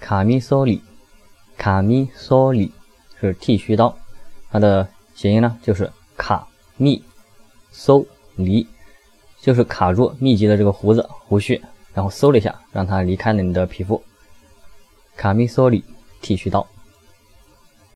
卡米索里，卡米索里是剃须刀，它的谐音呢就是卡密搜离，就是卡住密集的这个胡须，然后搜了一下，让它离开了你的皮肤。卡米索里剃须刀。